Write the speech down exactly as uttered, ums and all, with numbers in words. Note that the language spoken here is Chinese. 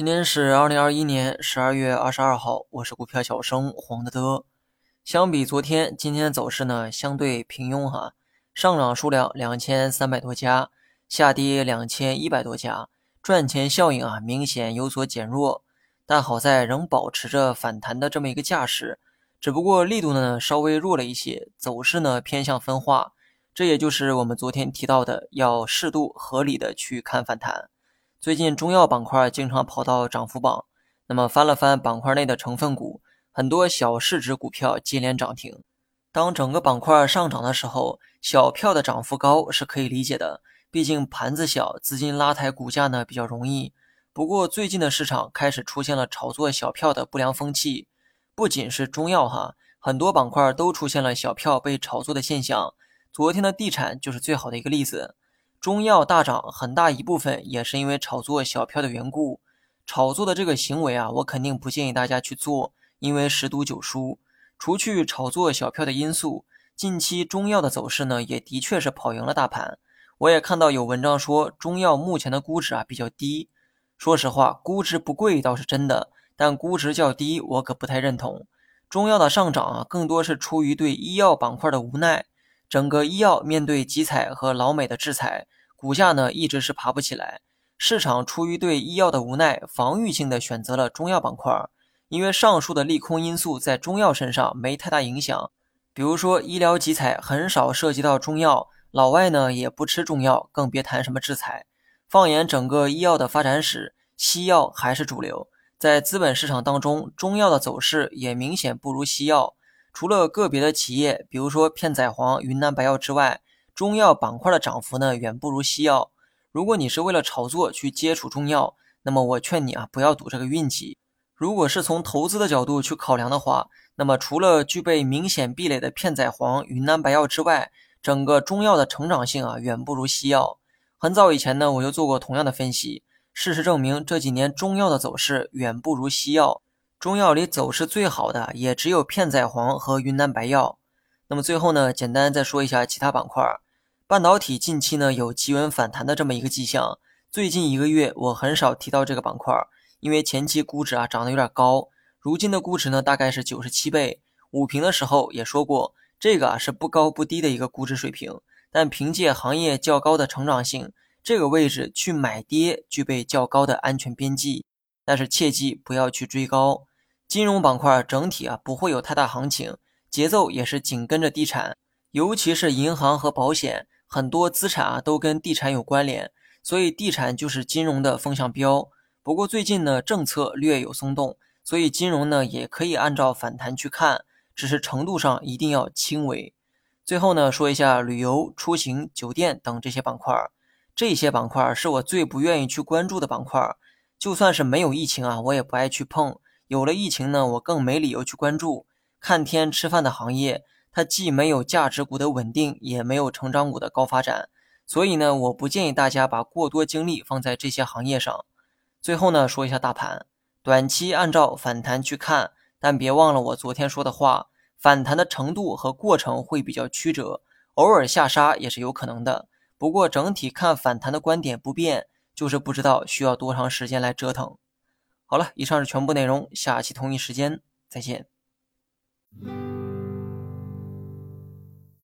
今天是二零二一年十二月二十二号，我是股票小生黄德德。相比昨天，今天的走势呢相对平庸哈，上涨数量两千三百多家，下跌两千一百多家，赚钱效应啊明显有所减弱，但好在仍保持着反弹的这么一个架势，只不过力度呢稍微弱了一些，走势呢偏向分化，这也就是我们昨天提到的要适度合理的去看反弹。最近中药板块经常跑到涨幅榜，那么翻了翻板块内的成分股，很多小市值股票接连涨停。当整个板块上涨的时候，小票的涨幅高是可以理解的，毕竟盘子小，资金拉抬股价呢比较容易。不过最近的市场开始出现了炒作小票的不良风气，不仅是中药哈，很多板块都出现了小票被炒作的现象。昨天的地产就是最好的一个例子。中药大涨很大一部分也是因为炒作小票的缘故，炒作的这个行为啊，我肯定不建议大家去做，因为十赌九输。除去炒作小票的因素，近期中药的走势呢，也的确是跑赢了大盘。我也看到有文章说中药目前的估值啊比较低，说实话，估值不贵倒是真的，但估值较低我可不太认同。中药的上涨啊，更多是出于对医药板块的无奈。整个医药面对集采和老美的制裁，股价呢一直是爬不起来。市场出于对医药的无奈，防御性的选择了中药板块，因为上述的利空因素在中药身上没太大影响。比如说医疗集采很少涉及到中药，老外呢也不吃中药，更别谈什么制裁。放眼整个医药的发展史，西药还是主流。在资本市场当中，中药的走势也明显不如西药。除了个别的企业，比如说片仔癀、云南白药之外，中药板块的涨幅呢远不如西药。如果你是为了炒作去接触中药，那么我劝你啊不要赌这个运气。如果是从投资的角度去考量的话，那么除了具备明显壁垒的片仔癀、云南白药之外，整个中药的成长性啊远不如西药。很早以前呢，我就做过同样的分析，事实证明这几年中药的走势远不如西药。中药里走势最好的也只有片仔癀和云南白药。那么最后呢，简单再说一下其他板块。半导体近期呢有企稳反弹的这么一个迹象，最近一个月我很少提到这个板块，因为前期估值啊涨得有点高，如今的估值呢大概是九十七倍。午评的时候也说过，这个啊是不高不低的一个估值水平，但凭借行业较高的成长性，这个位置去买跌具备较高的安全边际，但是切记不要去追高。金融板块整体啊不会有太大行情，节奏也是紧跟着地产，尤其是银行和保险，很多资产啊都跟地产有关联，所以地产就是金融的风向标。不过最近呢政策略有松动，所以金融呢也可以按照反弹去看，只是程度上一定要轻微。最后呢说一下旅游、出行、酒店等这些板块，这些板块是我最不愿意去关注的板块，就算是没有疫情啊我也不爱去碰，有了疫情呢，我更没理由去关注。看天吃饭的行业，它既没有价值股的稳定，也没有成长股的高发展，所以呢，我不建议大家把过多精力放在这些行业上。最后呢，说一下大盘，短期按照反弹去看，但别忘了我昨天说的话，反弹的程度和过程会比较曲折，偶尔下杀也是有可能的。不过整体看反弹的观点不变，就是不知道需要多长时间来折腾。好了，以上是全部内容，下期同一时间再见。